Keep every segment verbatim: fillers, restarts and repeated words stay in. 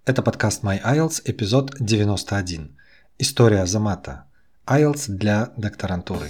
Это подкаст My ай эл ти эс, эпизод девяносто один. История Азамата. ай эл ти эс для докторантуры.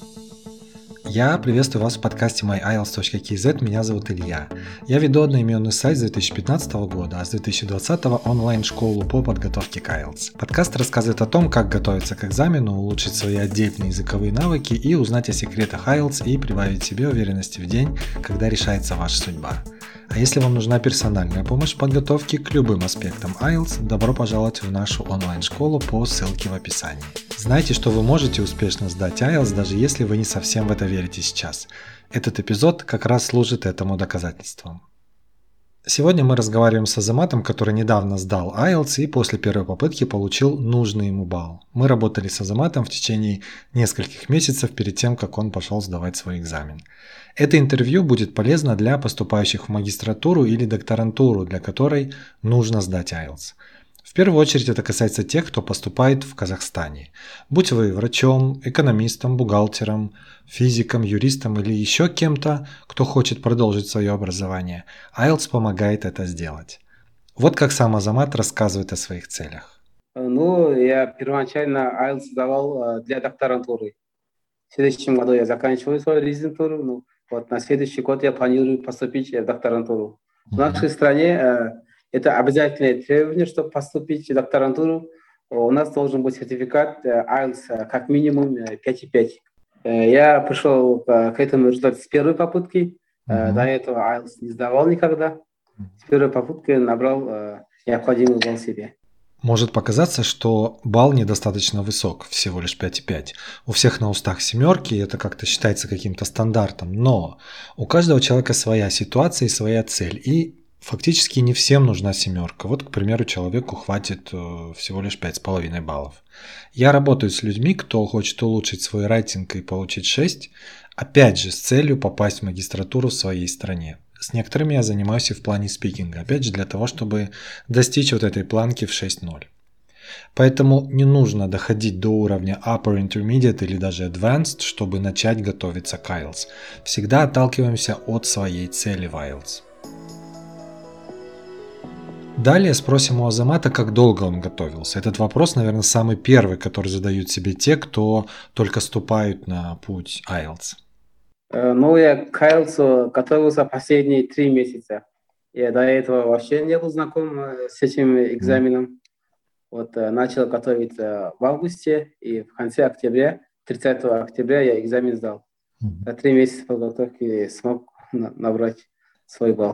Я приветствую вас в подкасте my i e l t s точка кей зет. Меня зовут Илья. Я веду одноименный сайт с две тысячи пятнадцатого года, а с две тысячи двадцатого онлайн-школу по подготовке к ай эл ти эс. Подкаст рассказывает о том, как готовиться к экзамену, улучшить свои отдельные языковые навыки и узнать о секретах ай эл ти эс и прибавить себе уверенности в день, когда решается ваша судьба. А если вам нужна персональная помощь в подготовке к любым аспектам ай эл ти эс, добро пожаловать в нашу онлайн-школу по ссылке в описании. Знайте, что вы можете успешно сдать ай эл ти эс, даже если вы не совсем в это верите сейчас. Этот эпизод как раз служит этому доказательством. Сегодня мы разговариваем с Азаматом, который недавно сдал ай эл ти эс и после первой попытки получил нужный ему балл. Мы работали с Азаматом в течение нескольких месяцев перед тем, как он пошел сдавать свой экзамен. Это интервью будет полезно для поступающих в магистратуру или докторантуру, для которой нужно сдать ай эл ти эс. В первую очередь это касается тех, кто поступает в Казахстане. Будь вы врачом, экономистом, бухгалтером, физиком, юристом или еще кем-то, кто хочет продолжить свое образование, ай эл ти эс помогает это сделать. Вот как сам Азамат рассказывает о своих целях. Ну, я первоначально ай эл ти эс сдавал для докторантуры. В следующем году я заканчиваю свою резидентуру. Ну, вот на следующий год я планирую поступить в докторантуру. В нашей стране это обязательное требование, чтобы поступить в докторантуру. У нас должен быть сертификат ай эл ти эс как минимум пять и пять. Я пришел к этому результату с первой попытки. Uh-huh. До этого ай эл ти эс не сдавал никогда. С первой попытки набрал необходимый балл себе. Может показаться, что балл недостаточно высок, всего лишь пять и пять. У всех на устах семерки, и это как-то считается каким-то стандартом. Но у каждого человека своя ситуация и своя цель. И фактически не всем нужна семерка. Вот, к примеру, человеку хватит всего лишь пять с половиной баллов. Я работаю с людьми, кто хочет улучшить свой рейтинг и получить шесть, опять же, с целью попасть в магистратуру в своей стране. С некоторыми я занимаюсь и в плане спикинга, опять же, для того, чтобы достичь вот этой планки в шесть ноль. Поэтому не нужно доходить до уровня Upper Intermediate или даже Advanced, чтобы начать готовиться к ай эл ти эс. Всегда отталкиваемся от своей цели в ай эл ти эс. Далее спросим у Азамата, как долго он готовился. Этот вопрос, наверное, самый первый, который задают себе те, кто только ступают на путь ай эл ти эс. Ну, я к ай эл ти эс готовился последние три месяца. Я до этого вообще не был знаком с этим экзаменом. Вот начал готовиться в августе, и в конце октября, тридцатого октября, я экзамен сдал. За три месяца подготовки смог набрать свой балл.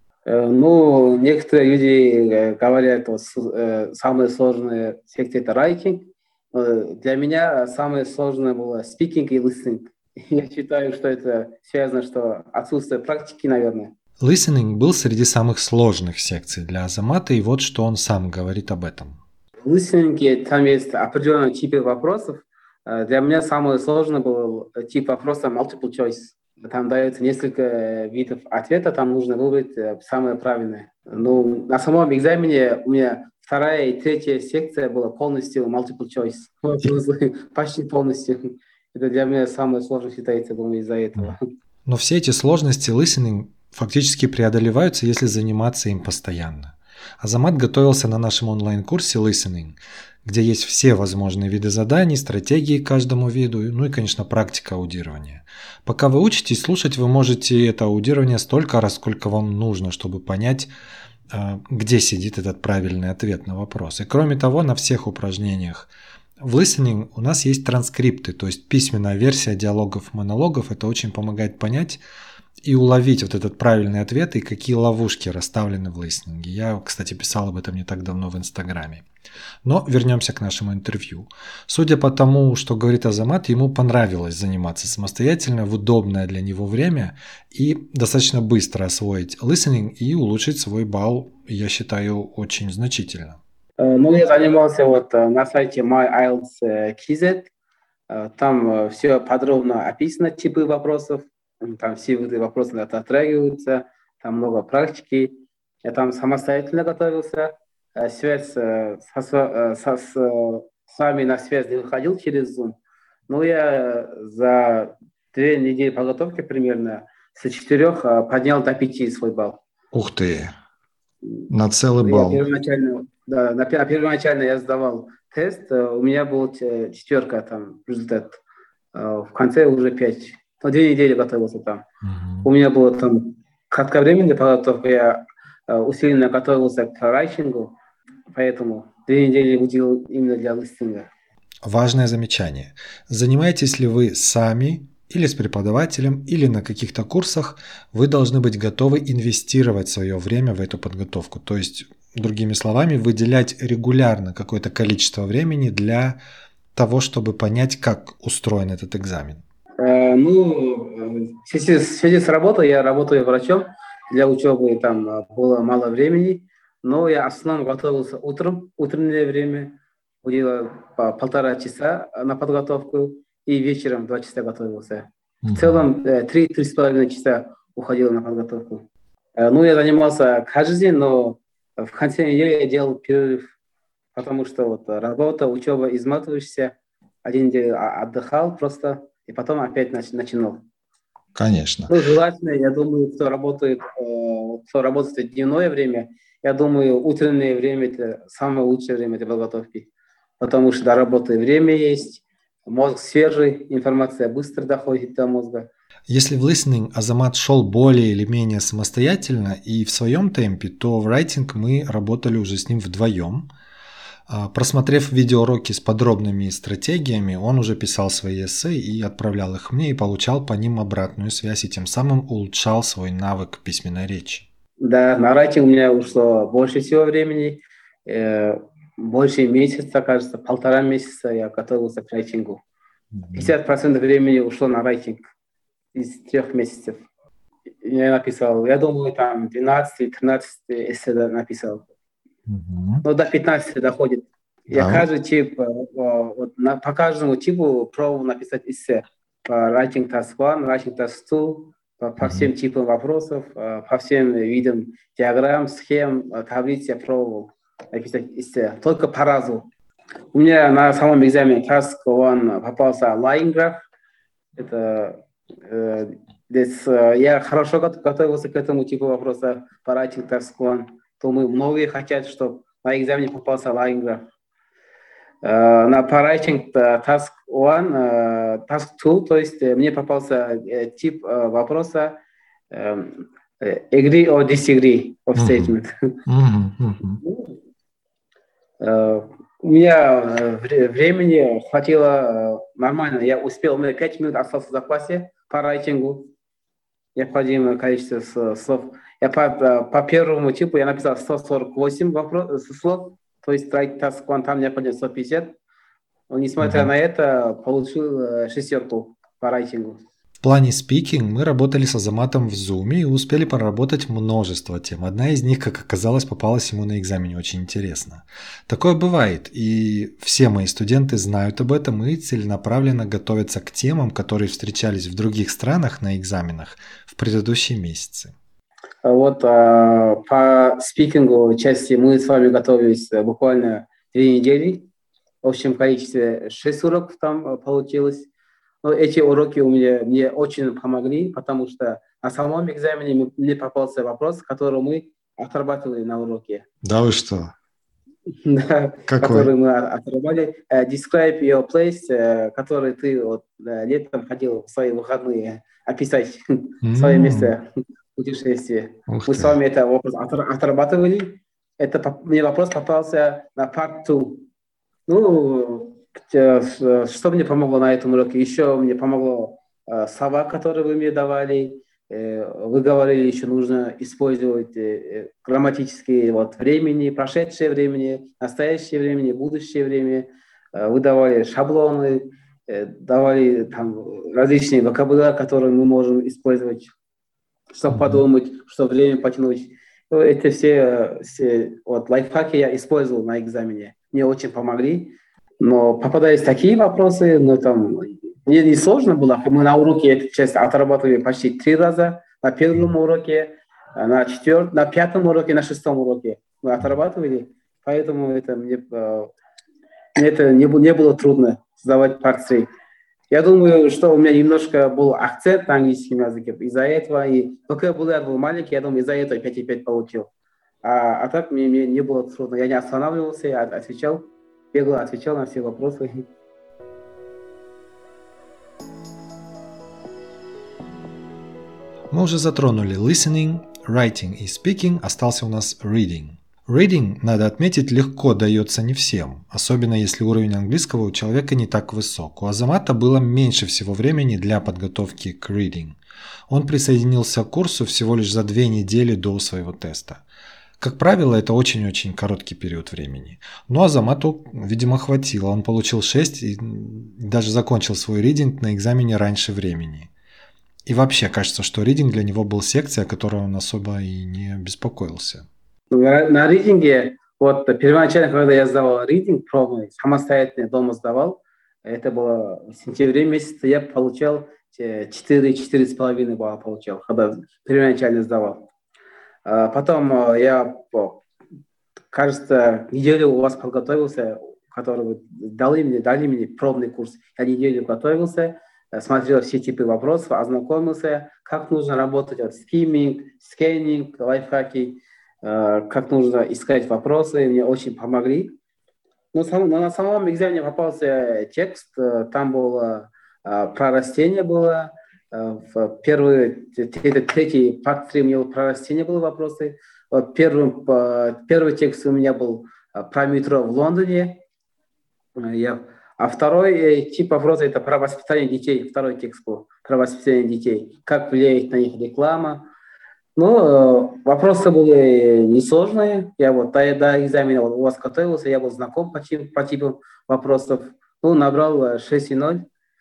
Ну, некоторые люди говорят, что самая сложная секция – это writing. Для меня самое сложное было speaking и listening. Я считаю, что это связано, что отсутствие практики, наверное. Listening был среди самых сложных секций для Азамата, и вот что он сам говорит об этом. В listening там есть определенные типы вопросов. Для меня самое сложное был тип вопроса multiple choice. Там дается несколько видов ответа, там нужно выбрать самое правильное. Ну, на самом экзамене у меня вторая и третья секция была полностью multiple choice. Почти полностью. Это для меня самое сложное считается, думаю, из-за этого. Но все эти сложности listening фактически преодолеваются, если заниматься им постоянно. Азамат готовился на нашем онлайн-курсе listening, где есть все возможные виды заданий, стратегии к каждому виду, ну и, конечно, практика аудирования. Пока вы учитесь слушать, вы можете это аудирование столько раз, сколько вам нужно, чтобы понять, где сидит этот правильный ответ на вопрос. И кроме того, на всех упражнениях в listening у нас есть транскрипты, то есть письменная версия диалогов, монологов. Это очень помогает понять и уловить вот этот правильный ответ и какие ловушки расставлены в listening. Я, кстати, писал об этом не так давно в Инстаграме. Но вернемся к нашему интервью. Судя по тому, что говорит Азамат, ему понравилось заниматься самостоятельно в удобное для него время и достаточно быстро освоить listening и улучшить свой балл, я считаю, очень значительно. Ну, я занимался вот на сайте my i e l t s точка кей зет. Там все подробно описано, типы вопросов. Там все виды вопросов затрагиваются. Там много практики. Я там самостоятельно готовился. Связь со, со, со, с вами на связь не выходил через Zoom. Но я за две недели подготовки примерно с четырех поднял до пяти свой балл. Ух ты! На целый Я балл. первоначально, да, на, пе- первоначально я сдавал тест, э, у меня был э, четверка там результат. Э, В конце уже пять. Ну, две недели готовился там. У Мгм. меня было там кратковременная подготовка, я э, усиленно готовился к райтингу, поэтому две недели уделил именно для листинга. Важное замечание. Занимаетесь ли вы сами или с преподавателем, или на каких-то курсах, вы должны быть готовы инвестировать свое время в эту подготовку. То есть, другими словами, выделять регулярно какое-то количество времени для того, чтобы понять, как устроен этот экзамен. Э, ну, э, в связи, с в связи с работой, я работаю врачом, для учебы там э, было мало времени, но я в основном готовился утром, утреннее время, уделял по полтора часа на подготовку, и вечером два часа готовился. В Мгм. целом э, три-три с половиной часа уходило на подготовку. Э, Ну, я занимался каждый день, но в конце недели я делал перерыв, потому что вот работа, учеба, изматываешься. Один день а- отдыхал просто, и потом опять нач- начинал. Конечно. Ну, желательно, я думаю, кто работает, э, кто работает в дневное время, я думаю, утреннее время – это самое лучшее время для подготовки, потому что до работы время есть, мозг свежий, информация быстро доходит до мозга. Если в listening Азамат шел более или менее самостоятельно и в своем темпе, то в writing мы работали уже с ним вдвоем. А, Просмотрев видеоуроки с подробными стратегиями, он уже писал свои эссе и отправлял их мне и получал по ним обратную связь и тем самым улучшал свой навык письменной речи. Да, на райтинг у меня ушло больше всего времени, э, больше месяца, кажется, полтора месяца я готовился к райтингу. Мгм. пятьдесят процентов времени ушло на райтинг из трех месяцев. Я написал, я думаю, там двенадцать-тринадцать эссе написал. Мгм. Ну, до пятнадцати доходит. Я Да. каждый тип, э, э, вот на, по каждому типу пробовал написать эссе. По writing task one, writing task two, по, по Мгм. всем типам вопросов, э, по всем видам диаграмм, схем, э, таблиц я пробовал написать эссе. Только по разу. У меня на самом экзамене task one попался line graph. Это э, здесь, э, я хорошо гот- готовился к этому типу вопроса по writing task one. То мы многие хотят, чтобы на экзамене попался line graph. Э, на по writing э, task one, э, task two, то есть э, мне попался э, тип э, вопроса э, э, agree or disagree of Мгм. statement. Мгм. Мгм. Э, У меня э, вре- времени хватило э, нормально. Я успел, у меня пять минут осталось в запасе по райтингу. Необходимое количество с- слов. Я по, э, по первому типу я написал сто сорок восемь вопрос, слов, то есть write task one, там необходимо сто пятьдесят. Но, несмотря Мгм. на это, получил э, шестерку по райтингу. В плане speaking мы работали с Азаматом в Zoom и успели проработать множество тем. Одна из них, как оказалось, попалась ему на экзамене очень интересно. Такое бывает, и все мои студенты знают об этом и целенаправленно готовятся к темам, которые встречались в других странах на экзаменах в предыдущие месяцы. А Вот э, по спикингу части мы с вами готовились э, буквально две недели. В общем количестве шесть уроков там э, получилось. Но эти уроки у меня мне очень помогли, потому что на самом экзамене мне мне попался вопрос, который мы отрабатывали на уроке. Да вы что? Да, Какой? который мы о- отрабатывали. Э, Describe your place, э, который ты вот э, летом ходил в свои выходные описать свое М, место путешествия. Ух Мы с ты. вами это вопрос отра- отрабатывали. Это поп- мне вопрос попался на part two. Ну, э, с- что мне помогло на этом уроке? Еще мне помогло э, слова, которые вы мне давали. Э, Вы говорили, еще нужно использовать э, э, грамматические вот, времени, прошедшее времени, настоящее времени, будущее время. Э, Вы давали шаблоны, э, давали там различные вокабуляр, которые мы можем использовать, чтобы Мгм. подумать, чтобы время потянуть. Ну, эти все, э, все вот, лайфхаки я использовал на экзамене. Мне очень помогли. Но попадались такие вопросы, ну, там, мне не сложно было. Мы на уроке эту часть отрабатывали почти три раза. На первом уроке, э, на четвертом, на пятом уроке, на шестом уроке мы отрабатывали. Поэтому это мне, э, мне это не, бу- не было трудно сдавать part. Я думаю, что у меня немножко был акцент на английском языке из-за этого, и вокабуляр был маленький, я думаю, из-за этого пять и пять получил. А, а так мне, мне не было трудно. Я не останавливался, я отвечал, бегло отвечал на все вопросы. Мы уже затронули listening, writing и speaking, остался у нас reading. Reading, надо отметить, легко дается не всем, особенно если уровень английского у человека не так высок. У Азамата было меньше всего времени для подготовки к reading. Он присоединился к курсу всего лишь за две недели до своего теста. Как правило, это очень-очень короткий период времени. Но Азамату, видимо, хватило. Он получил шесть и даже закончил свой reading на экзамене раньше времени. И вообще кажется, что reading для него был секция, о которой он особо и не беспокоился. На, на ридинге, вот первоначально, когда я сдавал ридинг пробный, самостоятельно дома сдавал, это было в сентябре месяце, я получал четыре-четыре с половиной балла получал, когда первоначально сдавал. А потом я, кажется, неделю у вас подготовился, который вы дали мне, дали мне пробный курс. Я неделю готовился, смотрел все типы вопросов, ознакомился, как нужно работать, вот, скимминг, скейнинг, лайфхаки, как нужно искать вопросы, мне очень помогли. Но, сам, но на самом экзамене попался текст, там было про растения было, в первый, третий, парт три у меня про растения были вопросы. Вот первый, первый текст у меня был про метро в Лондоне, я, а второй тип вопроса это про воспитание детей, второй текст был про воспитание детей, как влияет на них реклама. Ну, вопросы были несложные. Я вот до, до экзамена у вас готовился, я был знаком по, тип, по типу вопросов. Ну, набрал шесть и ноль.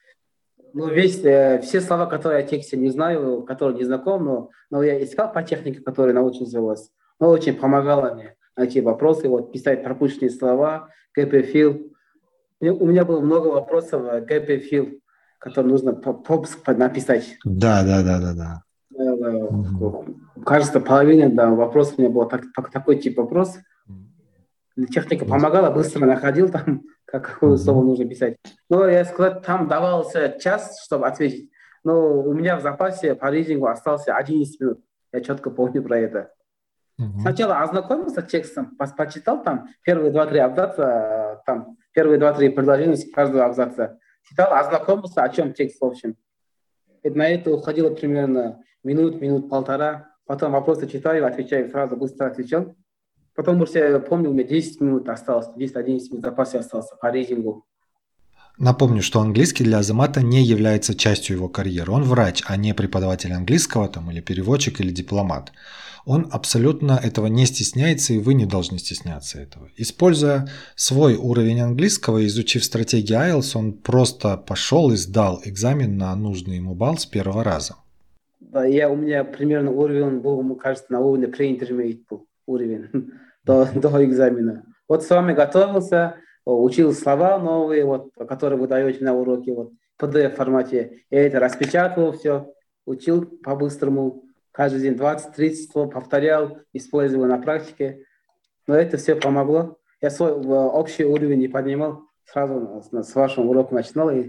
Ну, весь, э, все слова, которые я в тексте не знаю, которые не знаком, но, но я искал по технике, которая научился у вас. Ну, очень помогало мне найти вопросы, вот, писать пропущенные слова, гэп и фил. У меня было много вопросов гэп и фил, которые нужно написать. Да, да, да, да, да. Mm-hmm. Кажется, половина да, вопросов у меня был так, так, такой тип вопрос. Техника помогала, быстро находил там, как, какое mm-hmm. слово нужно писать. Но я сказал, там давался час, чтобы ответить. Но у меня в запасе по ридингу остался одиннадцать минут. Я четко помню про это. Mm-hmm. Сначала ознакомился с текстом, почитал там первые два-три абзаца, там первые два-три предложения с каждого абзаца. Читал, ознакомился, о чем текст в общем. И на это уходило примерно минут, минут полтора. Потом вопросы читаю, отвечаю, сразу быстро отвечал. Потому что я помню, у меня десять минут осталось, десять-одиннадцать минут в запасе осталось по рейтингу. Напомню, что английский для Азамата не является частью его карьеры. Он врач, а не преподаватель английского там, или переводчик, или дипломат. Он абсолютно этого не стесняется, и вы не должны стесняться этого. Используя свой уровень английского, изучив стратегию ай эл ти эс, он просто пошел и сдал экзамен на нужный ему балл с первого раза. Да, я, у меня примерно уровень был, кажется, на уровне pre-intermediate был уровень до, до экзамена. Вот с вами готовился, учил слова новые, вот, которые вы даете на уроке, вот, в пи ди эф формате. Я это распечатывал все, учил по-быстрому. Каждый день двадцать-тридцать слов повторял, использовал на практике. Но это все помогло. Я свой общий уровень не поднимал. Сразу с вашим уроком начинал и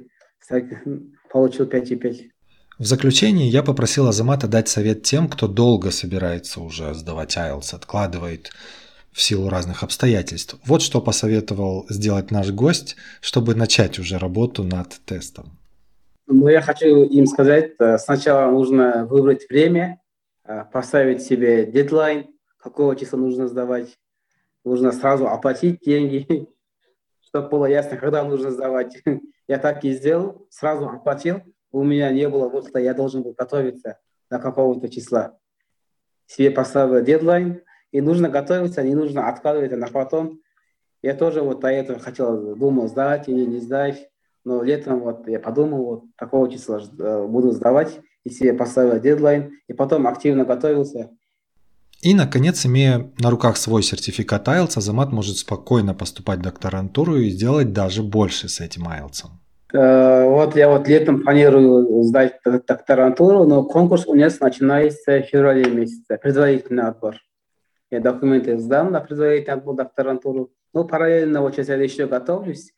получил пять и пять. В заключение я попросил Азамата дать совет тем, кто долго собирается уже сдавать ай эл ти эс, откладывает в силу разных обстоятельств. Вот что посоветовал сделать наш гость, чтобы начать уже работу над тестом. Ну, я хочу им сказать, сначала нужно выбрать время, поставить себе дедлайн, какого числа нужно сдавать. Нужно сразу оплатить деньги, чтобы было ясно, когда нужно сдавать. Я так и сделал, сразу оплатил. У меня не было выхода, я должен был готовиться до какого-то числа. Себе поставил дедлайн, и нужно готовиться, не нужно откладывать это на потом. Я тоже вот до этого хотел, думал, сдать или не сдать, но летом вот я подумал, вот такого числа буду сдавать, и себе поставил дедлайн, и потом активно готовился. И, наконец, имея на руках свой сертификат ай эл ти эс, Азамат может спокойно поступать в докторантуру и сделать даже больше с этим ай эл ти эс. Вот я вот летом планирую сдать докторантуру, но конкурс у нас начинается в феврале месяце, предварительный отбор. Я документы сдам на предварительный отбор докторантуру. Ну, параллельно вот сейчас я еще готовлюсь,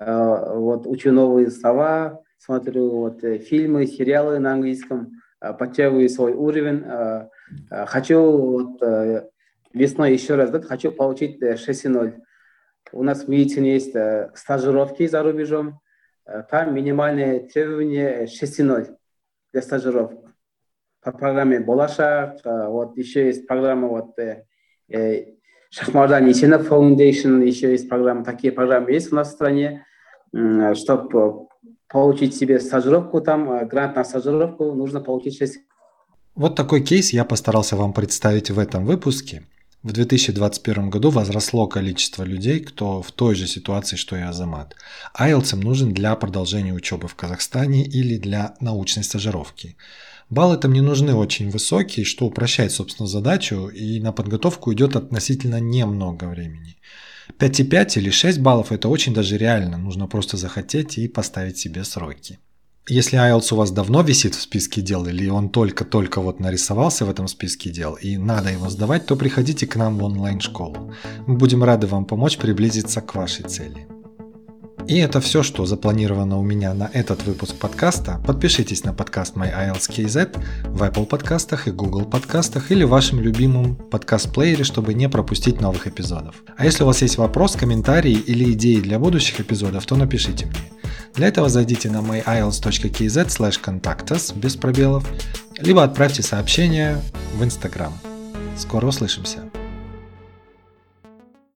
вот учу новые слова, смотрю вот фильмы, сериалы на английском, подтягиваю свой уровень. Хочу вот весной еще раз, да, хочу получить шесть ноль. У нас в медицине есть стажировки за рубежом. Там минимальное требование шесть ноль для стажировок. По программе Болашак, вот еще есть программа вот Шахмардан Исенов Foundation, еще есть программа, такие программы есть у нас в стране, чтобы получить себе стажировку там, грант на стажировку, нужно получить шесть. Вот такой кейс я постарался вам представить в этом выпуске. В две тысячи двадцать первом году возросло количество людей, кто в той же ситуации, что и Азамат. айлтс им нужен для продолжения учебы в Казахстане или для научной стажировки. Баллы там не нужны очень высокие, что упрощает, собственно, задачу, и на подготовку идет относительно немного времени. пять и пять или шесть баллов – это очень даже реально, нужно просто захотеть и поставить себе сроки. Если айлтс у вас давно висит в списке дел, или он только-только вот нарисовался в этом списке дел, и надо его сдавать, то приходите к нам в онлайн-школу. Мы будем рады вам помочь приблизиться к вашей цели. И это все, что запланировано у меня на этот выпуск подкаста. Подпишитесь на подкаст My айлтс кей зет в Apple подкастах и Google подкастах или в вашем любимом подкаст-плеере, чтобы не пропустить новых эпизодов. А если у вас есть вопрос, комментарии или идеи для будущих эпизодов, то напишите мне. Для этого зайдите на my айлтс точка кей зет слэш контакт ас без пробелов, либо отправьте сообщение в Instagram. Скоро услышимся!